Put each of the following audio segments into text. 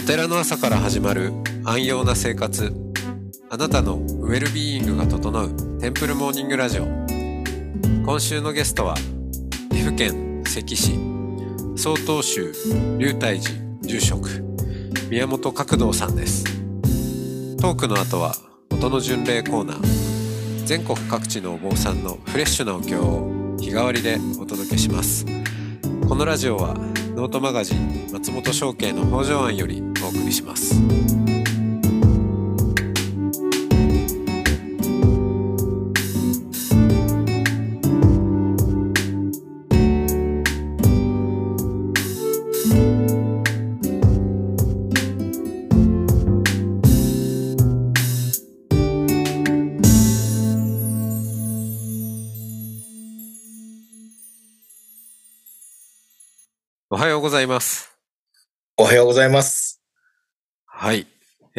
寺の朝から始まる安養な生活、あなたのウェルビーイングが整うテンプルモーニングラジオ。今週のゲストは岐阜県関市曹洞宗龍泰寺住職宮本覚道さんです。トークの後は音の巡礼コーナー、全国各地のお坊さんのフレッシュなお経を日替わりでお届けします。このラジオはノートマガジン松本商家の北条庵よりお送りします。おはようございます。 おはようございます。 はい、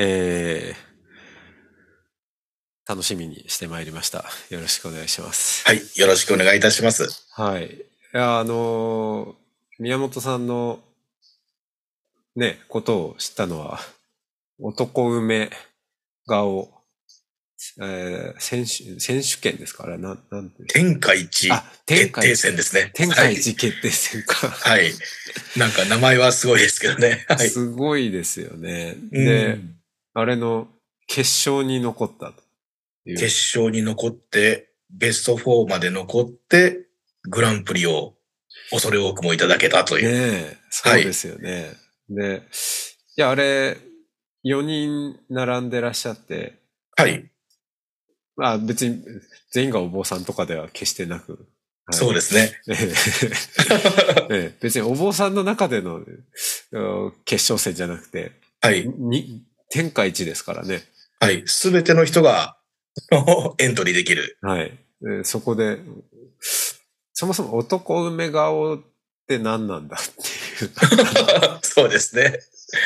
楽しみにしてまいりました。よろしくお願いします。 はい、よろしくお願いいたします。 はい。いや、宮本さんのね、ことを知ったのは、男梅顔、選手権ですか、あれなんて天下一決定戦ですね。 天下一決定戦か。 はい。なんか名前はすごいですけどね。はい。 すごいですよね。で、あれの決勝に残ったという。 決勝に残って、ベスト4まで残って、グランプリを恐れ多くもいただけたという。 ねえ、そうですよね。はい、で、いや、あれ、4人並んでらっしゃって、 はい。 まあ別に全員がお坊さんとかでは決してなく。 はい、そうですね。 別にお坊さんの中での決勝戦じゃなくて、 はい。 天下一ですからね。 はい。すべての人がエントリーできる。 はい。そこで、そもそも男梅顔って何なんだっていう。 そうですね。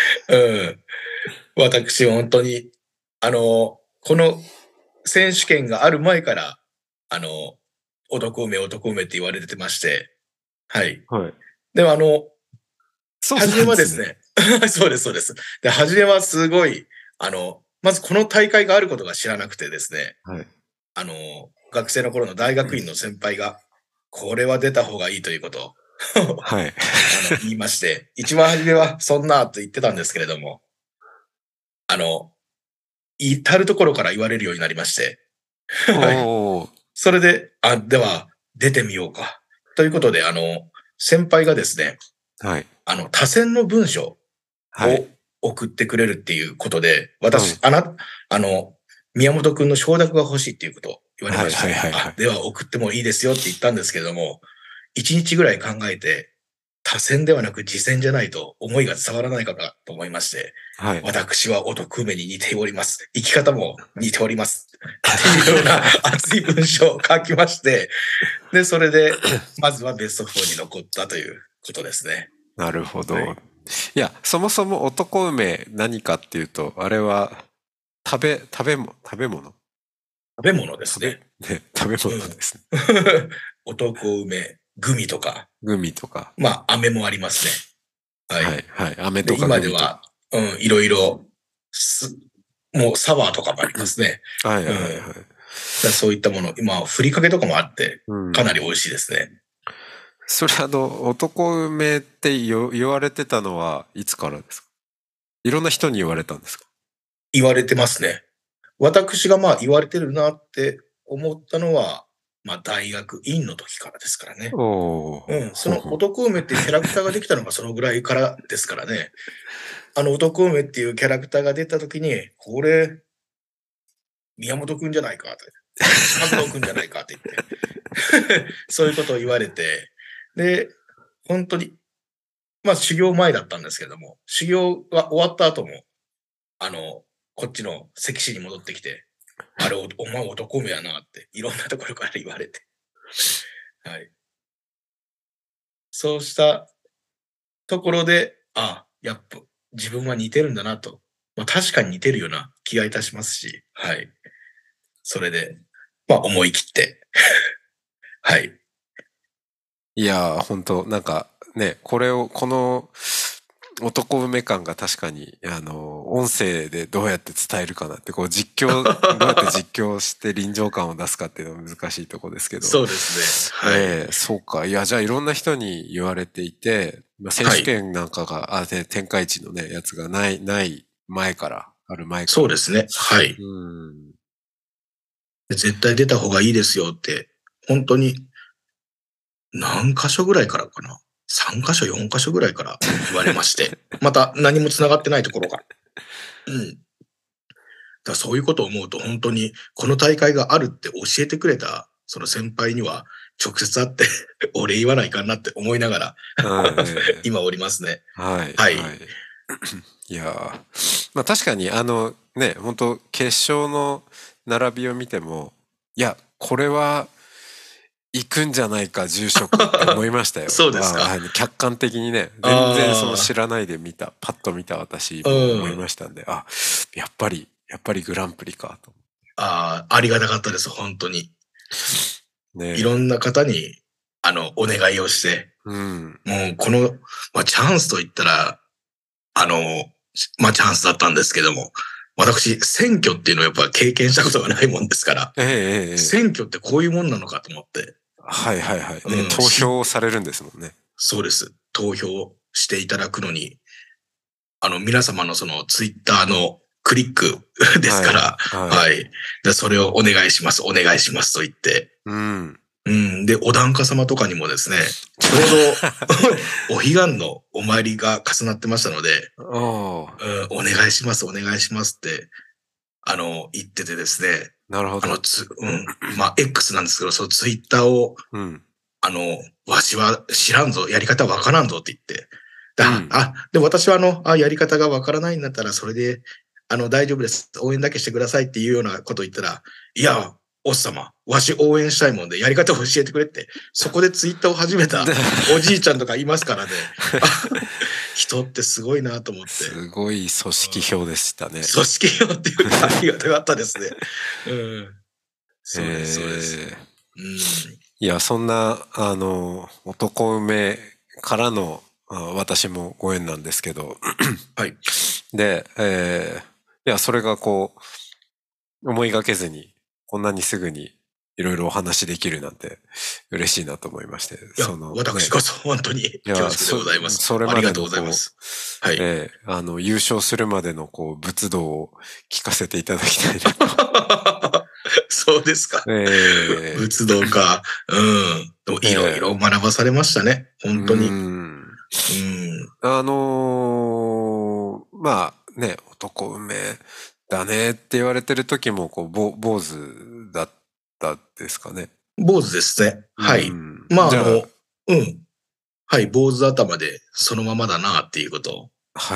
私は本当に、この選手権がある前から、男梅って言われてまして、はい。 はい。 でもそう初めはですね、そうです、そうです。で、初めはすごい、まずこの大会があることが知らなくてですね、 はい。 学生の頃の大学院の先輩が、これは出た方がいいということをはい。 言いまして、一番初めはそんなと言ってたんですけれども、至るところから言われるようになりまして、はい。それで、では、出てみようか。ということで、先輩がですね、 はい。 多選の文書を送ってくれるっていうことで、私、宮本くんの承諾が欲しいっていうことを言われまして、では送ってもいいですよって言ったんですけれども、1日ぐらい考えて、多選ではなく次選じゃないと思いが伝わらないかなと思いまして、はい、私は男梅に似ております。生き方も似ております。っていうような熱い文章を書きまして、で、それで、まずはベスト4に残ったということですね。 なるほど。はい、いや、そもそも男梅何かっていうと、あれは食べ物食べ物ですね。 食べ物ですね。 男梅、グミとか。 グミとか。 まあ、飴もありますね。はい。 はい、はい。飴とか今では、いろいろ、もうサワーとかもありますね。 はい、はい、はい。 そういったもの、今、ふりかけとかもあって、かなり美味しいですね。 それ男梅って言われてたのはいつからですか？いろんな人に言われたんですか？ 言われてますね。私が言われてるなって思ったのは、大学院の時からですからね。その男梅っていうキャラクターができたのがそのぐらいからですからね。男梅っていうキャラクターが出た時に、これ、宮本くんじゃないかって、覚道くんじゃないかって言って、そういうことを言われて、で、本当に、修行前だったんですけれども、修行が終わった後も、こっちの関市に戻ってきて、あれ、お前男梅やなって、いろんなところから言われて。はい。そうしたところで、やっぱ自分は似てるんだなと。確かに似てるような気がいたしますし、はい。それで、思い切って、はい。 いやー、本当なんかね、この男梅感が確かに、音声でどうやって伝えるかなって、こう実況、どうやって実況して臨場感を出すかっていうのは難しいとこですけど。 そうですね。はい。 そうか。いや、じゃあいろんな人に言われていて、まあ、選手権なんかが、天下一のね、やつがない前から、ある前から。 そうですね。はい。絶対出た方がいいですよって、本当に、何箇所ぐらいからかな。3箇所、4箇所ぐらいから言われまして。また何も繋がってないところから。うん。だそういうことを思うと本当に、この大会があるって教えてくれた、その先輩には、直接会ってお礼言わないかなって思いながら今おりますね。 はい。 はい。 いやまあ確かにね、本当決勝の並びを見ても、いや、これは行くんじゃないか、住職って思いましたよ。 そうですか。 客観的にね、全然その知らないでパッと見た私も思いましたんで、やっぱりグランプリかと。 ありがたかったです、本当に。 ね、 いろんな方に、お願いをして、もうこの、チャンスと言ったら、チャンスだったんですけども、私、選挙っていうのをやっぱ経験したことがないもんですから、選挙ってこういうもんなのかと思って。 はい。ね、投票されるんですもんね。 そうです。投票していただくのに、皆様のそのツイッターのクリックですから、はい。で、それをお願いします、お願いしますと言って、で、お檀家様とかにもですね、ちょうどお彼岸のお参りが重なってましたので、お願いします、お願いしますって、言っててですね。 なるほど。 X なんですけど、そのツイッターを、わしは知らんぞ、やり方わからんぞって言って、で、私はやり方がわからないんだったら、それで、大丈夫です。応援だけしてくださいっていうようなことを言ったら、いや、おっさま、わし応援したいもんで、やり方を教えてくれって、そこでツイッターを始めたおじいちゃんとかいますからね。人ってすごいなと思って。 すごい組織票でしたね。 組織票っていうか、ありがたかったですね。そうです、そうです。 いや、そんな、男梅からの、私もご縁なんですけど。 はい。 で、いや、それがこう、思いがけずに、こんなにすぐにいろいろお話できるなんて嬉しいなと思いまして。 私こそ本当に恐縮でございます。それまでのありがとうございます。はい。 優勝するまでのこう、仏道を聞かせていただきたいなと。 そうですか。仏道か。でもいろいろ学ばされましたね。本当に。 まあね、男梅だねって言われてる時も、こう、坊主だったですかね。 坊主ですね。はい。はい、坊主頭でそのままだなっていうことを。 はい。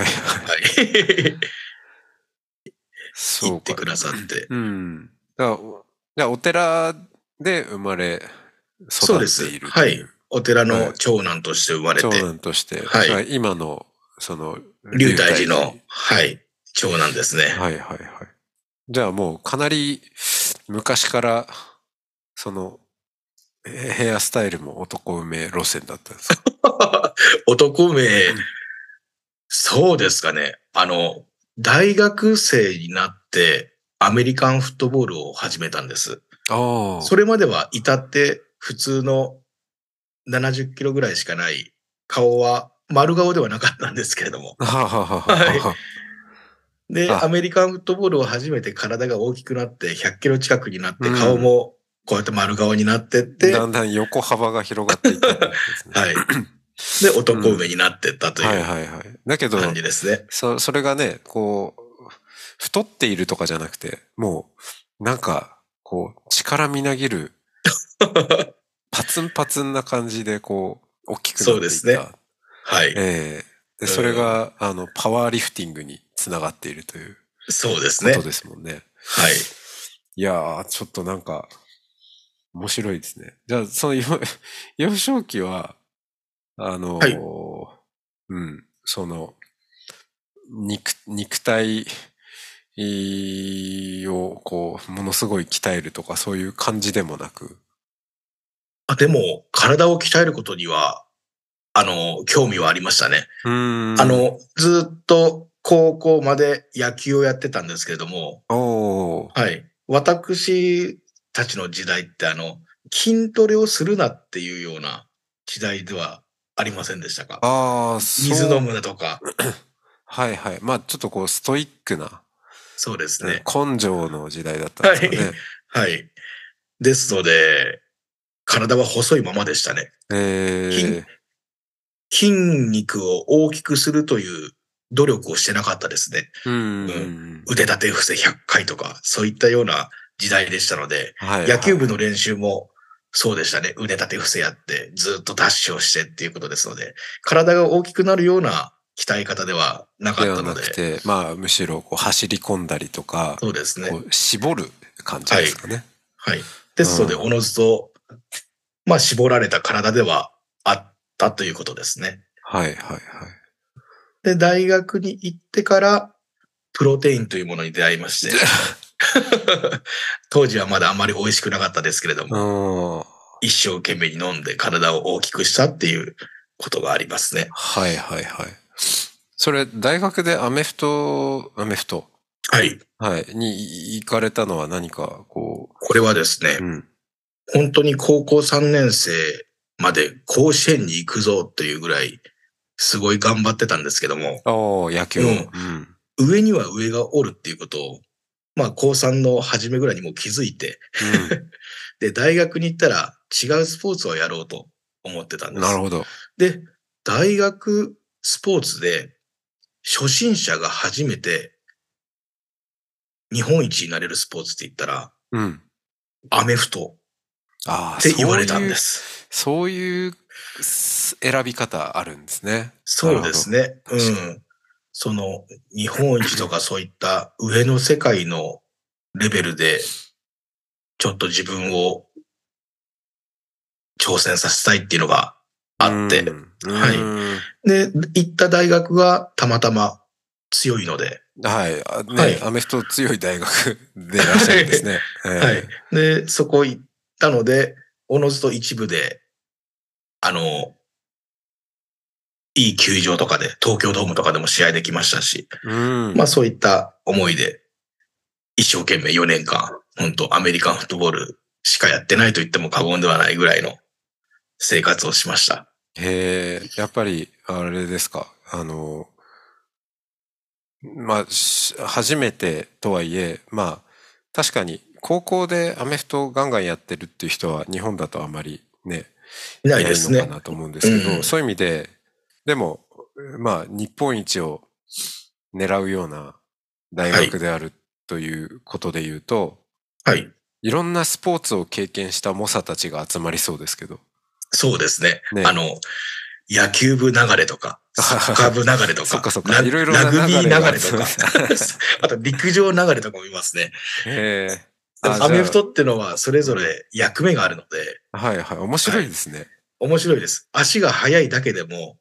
言ってくださって。 じゃあ、お寺で生まれ育っているはい。お寺の長男として生まれて。 長男として。 はい。 今の、その、 龍大寺の、はい。長男ですね。 はい。じゃあもうかなり昔から、その、ヘアスタイルも男梅路線だったんですか？ 男梅、そうですかね。大学生になってアメリカンフットボールを始めたんです。それまでは至って普通の70キロぐらいしかない顔は丸顔ではなかったんですけれども。で、アメリカンフットボールを初めて体が大きくなって100キロ近くになって顔もこうやって丸顔になってって。 だんだん横幅が広がっていったんですね。 はい。で、男梅になってったというだけど、 感じですね。 それがね、こう、太っているとかじゃなくて、もう、なんか、こう、力みなぎる、パツンパツンな感じで、こう、大きくなっていった。そうですね。 はい。 で、それが、パワーリフティングにつながっているという。 そうですね。 ことですもんね。 はい。 いやー、ちょっとなんか、面白いですね。じゃあ、その幼少期は、その、肉体を、こう、ものすごい鍛えるとか、そういう感じでもなく。 でも、体を鍛えることには、 興味はありましたね。 ずっと高校まで野球をやってたんですけれども、はい。私たちの時代って筋トレをするなっていうような時代ではありませんでしたか？水飲むなとか。 はいはい。まあちょっとこうストイックな。 そうですね。 根性の時代だったんですかね。 はい。はい。ですので、体は細いままでしたね。筋肉を大きくするという努力をしてなかったですね。腕立て伏せ100回とか、そういったような時代でしたので、野球部の練習もそうでしたね。腕立て伏せやって、ずっとダッシュをしてっていうことですので、体が大きくなるような鍛え方ではなかったので。 ではなくて、まあむしろこう走り込んだりとか、 そうですね。 絞る感じですかね。 はい。ですので、おのずと、まあ絞られた体ではあったということですね。 はいはいはい。 で、大学に行ってから、プロテインというものに出会いまして。当時はまだあまり美味しくなかったですけれども、一生懸命に飲んで体を大きくしたっていうことがありますね。 はいはいはい。それ、大学でアメフト。 はい。 はい。に行かれたのは何かこう。 これはですね、本当に高校3年生まで甲子園に行くぞというぐらい、すごい頑張ってたんですけども。 野球を。 上には上がおるっていうことを、まあ高3の初めぐらいにもう気づいて、で、大学に行ったら違うスポーツをやろうと思ってたんです。 なるほど。 で、大学スポーツで初心者が初めて日本一になれるスポーツって言ったら、アメフトって言われたんです。 そういう選び方あるんですね。 そうですね。その日本一とかそういった上の世界のレベルでちょっと自分を挑戦させたいっていうのがあって、はい。で、行った大学がたまたま強いので。 はい。ね、アメフト強い大学でいらっしゃるんですね。 はい。で、そこ行ったので、おのずと一部で、いい球場とかで、東京ドームとかでも試合できましたし、まあそういった思いで、一生懸命4年間、本当アメリカンフットボールしかやってないと言っても過言ではないぐらいの生活をしました。 へえ、やっぱり、あれですか、まあ、初めてとはいえ、まあ、確かに、高校でアメフトガンガンやってるっていう人は日本だとあまりね、 いないですね。 いないのかなと思うんですけど、そういう意味で、でも、まあ、日本一を狙うような大学であるということで言うと、 はい。 いろんなスポーツを経験した猛者たちが集まりそうですけど。 そうですね。野球部流れとか、サッカー部流れとか、 いろいろラグビー流れとか、あと陸上流れとかもいますね。アメフトってのはそれぞれ役目があるので。 はいはい。面白いですね。 面白いです。足が速いだけでも、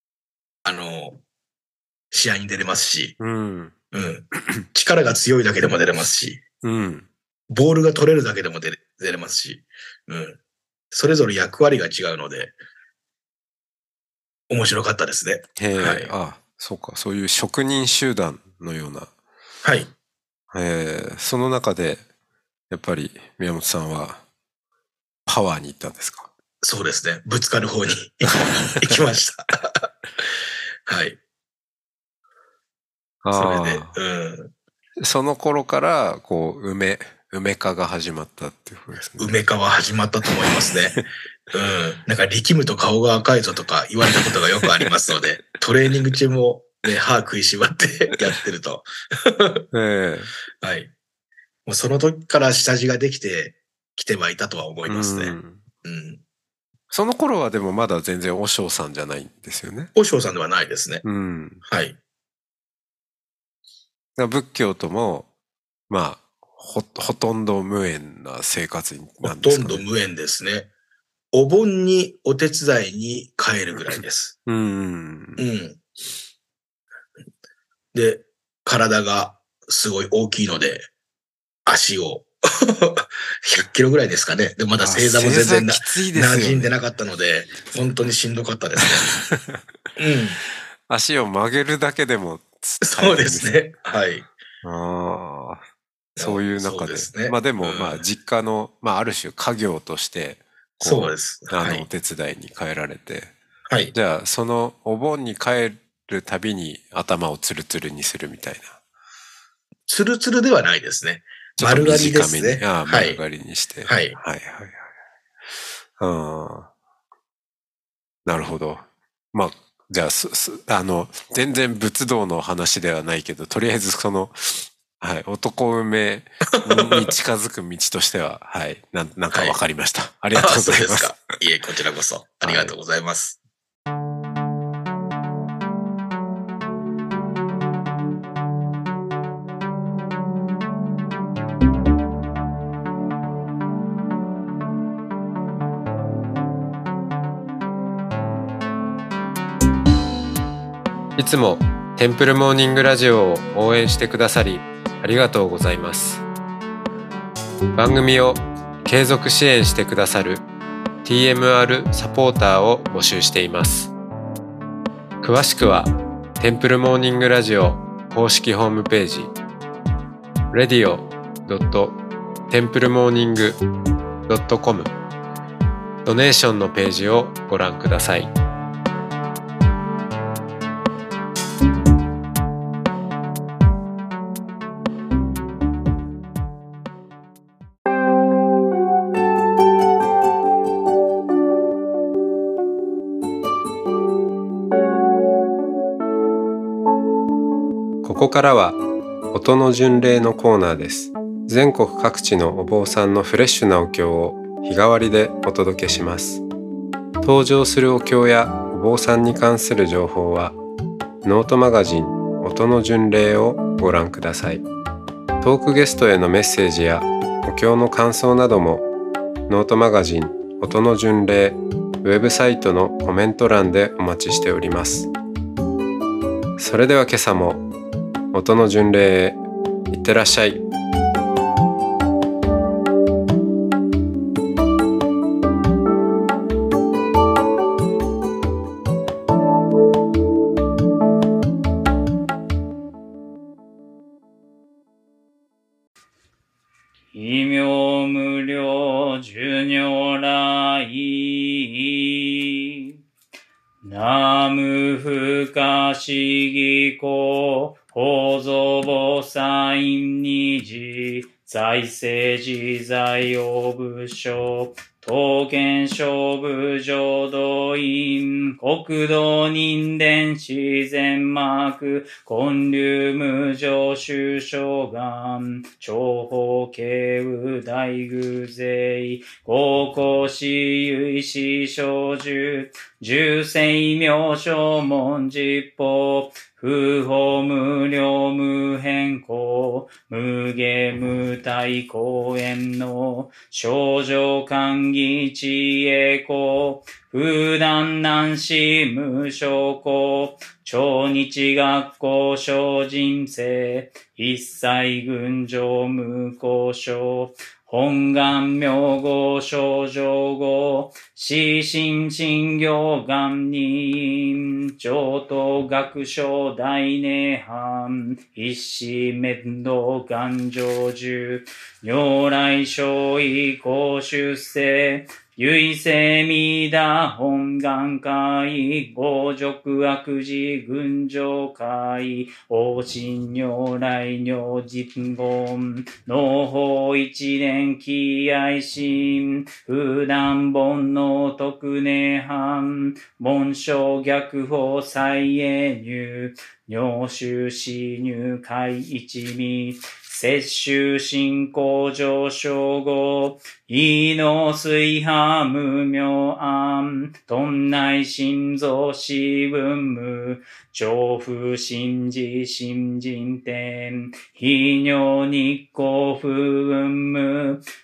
試合に出れますし、力が強いだけでも出れますし、ボールが取れるだけでも出れますし、それぞれ役割が違うので、面白かったですね。 はい。そうか。そういう職人集団のような。 はい。 その中で、やっぱり宮本さんはパワーに行ったんですか？ そうですね。ぶつかる方に行きました。はい。それで、 その頃から、こう、梅化が始まったっていうことですね。 梅化は始まったと思いますね。なんか力むと顔が赤いぞとか言われたことがよくありますので、トレーニング中もね、歯食いしばってやってると。はい。もうその時から下地ができてきてはいたとは思いますね。 その頃はでもまだ全然和尚さんじゃないんですよね。 和尚さんではないですね。はい。 仏教とも、まあ、ほとんど無縁な生活なんですかね。 ほとんど無縁ですね。お盆にお手伝いに帰るぐらいです。で、体がすごい大きいので、足を 100キロぐらいですかね。で、まだ正座も全然馴染んでなかったので、本当にしんどかったですね。うん。 足を曲げるだけでもそうですね。はい。 ああ。そういう中で。 ね、 まあでも、まあ実家の、まあある種家業として、 そうです。 お手伝いに帰られて。 はい。 じゃあ、そのお盆に帰るたびに頭をツルツルにするみたいな。 ツルツルではないですね。丸刈りですね。 ああ、丸刈りにして。 はい。 はいはいはい。なるほど。まあ、じゃあ、全然仏道の話ではないけど、とりあえずはい、男梅に近づく道としては、はい、なんかわかりました。はい、ありがとうございます。そうですか。 いえ、こちらこそ。ありがとうございます。 いつもテンプルモーニングラジオを応援してくださりありがとうございます。番組を継続支援してくださる TMR サポーターを募集しています。詳しくはテンプルモーニングラジオ公式ホームページ radio.templemorning.com ドネーションのページをご覧ください。ここからは音の巡礼のコーナーです。全国各地のお坊さんのフレッシュなお経を日替わりでお届けします。登場するお経やお坊さんに関する情報はノートマガジン音の巡礼をご覧ください。トークゲストへのメッセージやお経の感想などもノートマガジン音の巡礼ウェブサイトのコメント欄でお待ちしております。それでは今朝も音の巡礼へいってらっしゃい。 異名無量寿如来南無不可思議光法蔵菩薩院二次財政自在応部所刀剣勝負浄土院国土人伝自然幕建立無常修正願長法慶右大偶勢高校私有師小樹十世妙正門実法不法無量無変更無下無体公園の少女歓喜知恵公不断難死無償公超日学校小人生一切群上無交渉本願名号症状号死神神行願人上等学章大涅槃一子面倒願成就如来勝意公出世唯世弥陀本願会五辱悪事群上会王神如来如実言農法一年喜愛心不断煩悩特涅槃凡生逆法再永入尿臭死入海一味摂取進行上昇後異の水波無明暗頓内心臓死分無上不心事心人天非尿日光不運無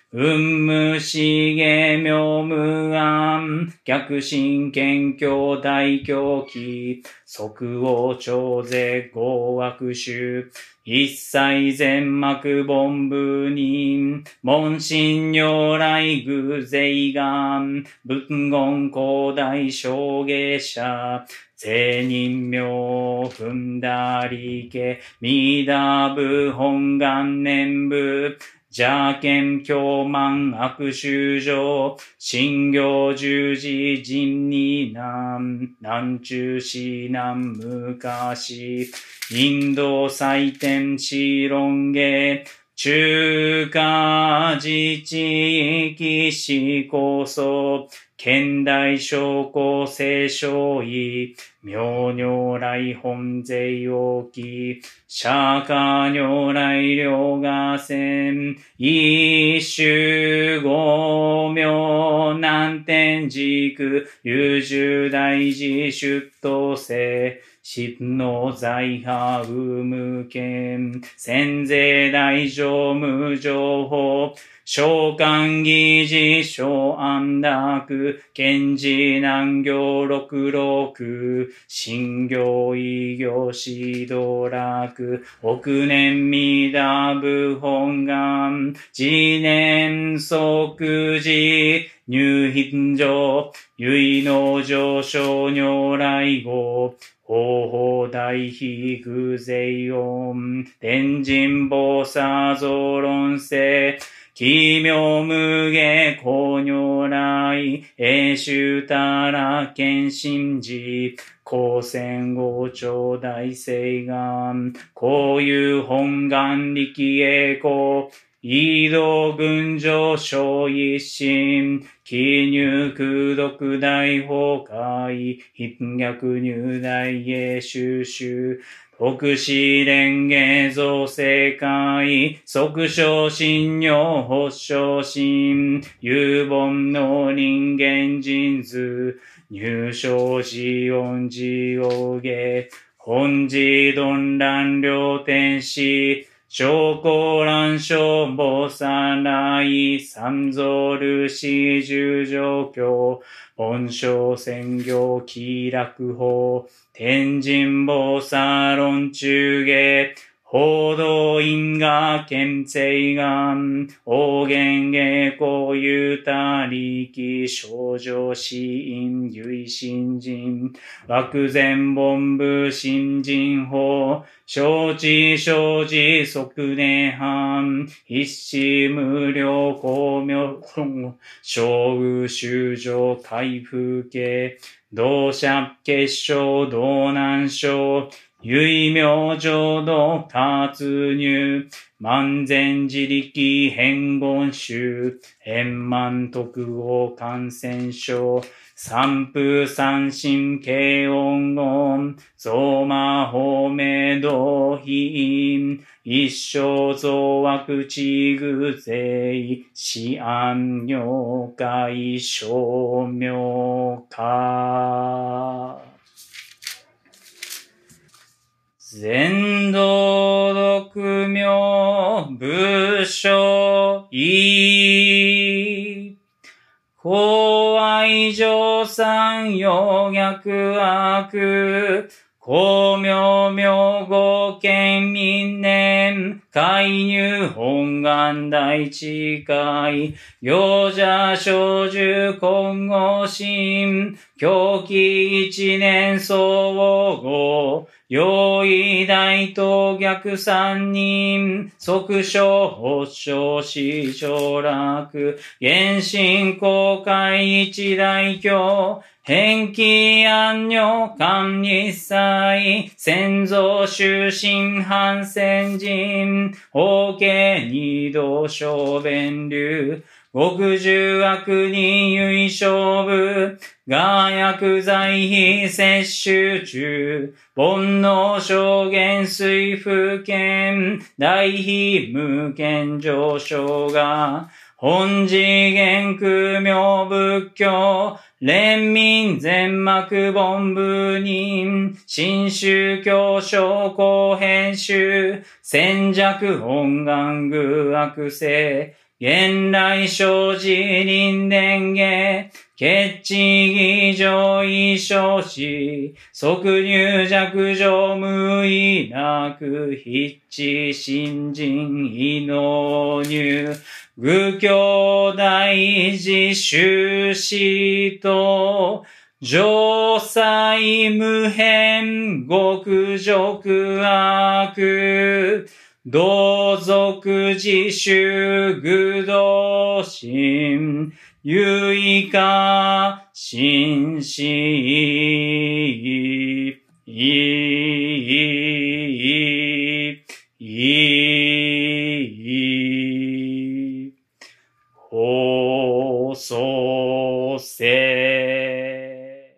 無しげ妙無安、逆心謙虚大狂気、即応超絶合悪種、一切全幕凡部人、門心如来偶税願、仏言広大小下者、税人名踏んだりけ、弥陀部本願念部、邪見狂慢悪衆上、信行十字人に南中市南昔、インド祭典四論下、中華自治域市構想、現代証拠聖書意、妙如来本税王記、釈迦如来両河線、一種五妙難天軸、優柔大事出頭性、執の財派有無権、先税大乗無情報、召喚議事小安楽、賢治難行六六、信行異行指導楽、億年弥陀部本願、次年即時入品上、唯の上昇如来語、方法大悲偶税音、天神菩薩増論世、奇妙無下光如来、永周たら見心寺、光線五朝大誓願、光有本願力栄光、異道群上小一心、記入空読大崩壊、筆逆入大英収集、特使蓮華造世界、即昇信用発昇心、有本の人間人図、入賞寺音寺王下、本寺鈍乱両天使、昇降乱昇菩薩来、三蔵ルシ十条教、本性専業気楽法、天神菩薩論中下、報道因果見誓願、応言下校有他力、少女死因唯心人、漠然凡部新人法、承知生じ即涅槃、必死無量光明論、小雨修上回復系、同社結晶道南省、唯妙浄土活入、万全自力変言集、円満特号感染症、三風三神軽音言、増魔法明道品、一生増悪地具税、死安如海称名化。全道読名部書意。公愛上三陽逆悪。公明明語見民年。介入本願大智慧。行者小樹今後心。狂気一年相互語。用意大と逆三人、即所発症死凋落、原神公開一大教、返帰安女官一切、先祖終身反戦人、法家二道小弁流、極重悪人唯勝負、我薬剤費摂取中、煩悩証言水不見、大非無見上昇が、本次元空明仏教、連民全幕本部人、新宗教商工編集、戦弱本願具悪性、 現来生じ臨伝下、血地義上異生死、即入弱上無意なく、筆致新人異能入、愚教大事終始と、常在無変極辱悪、同族自主愚道心、有意化心死、放送せ。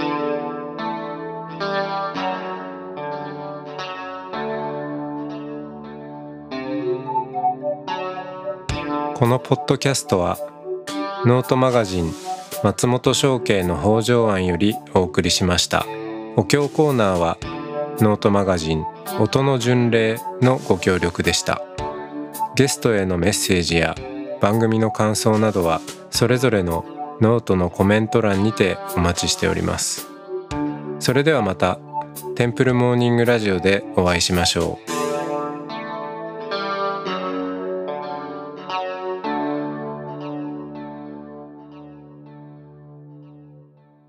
このポッドキャストはノートマガジン松本商家の北条庵よりお送りしました。お経コーナーはノートマガジン音の巡礼のご協力でした。ゲストへのメッセージや番組の感想などはそれぞれのノートのコメント欄にてお待ちしております。それではまたテンプルモーニングラジオでお会いしましょう。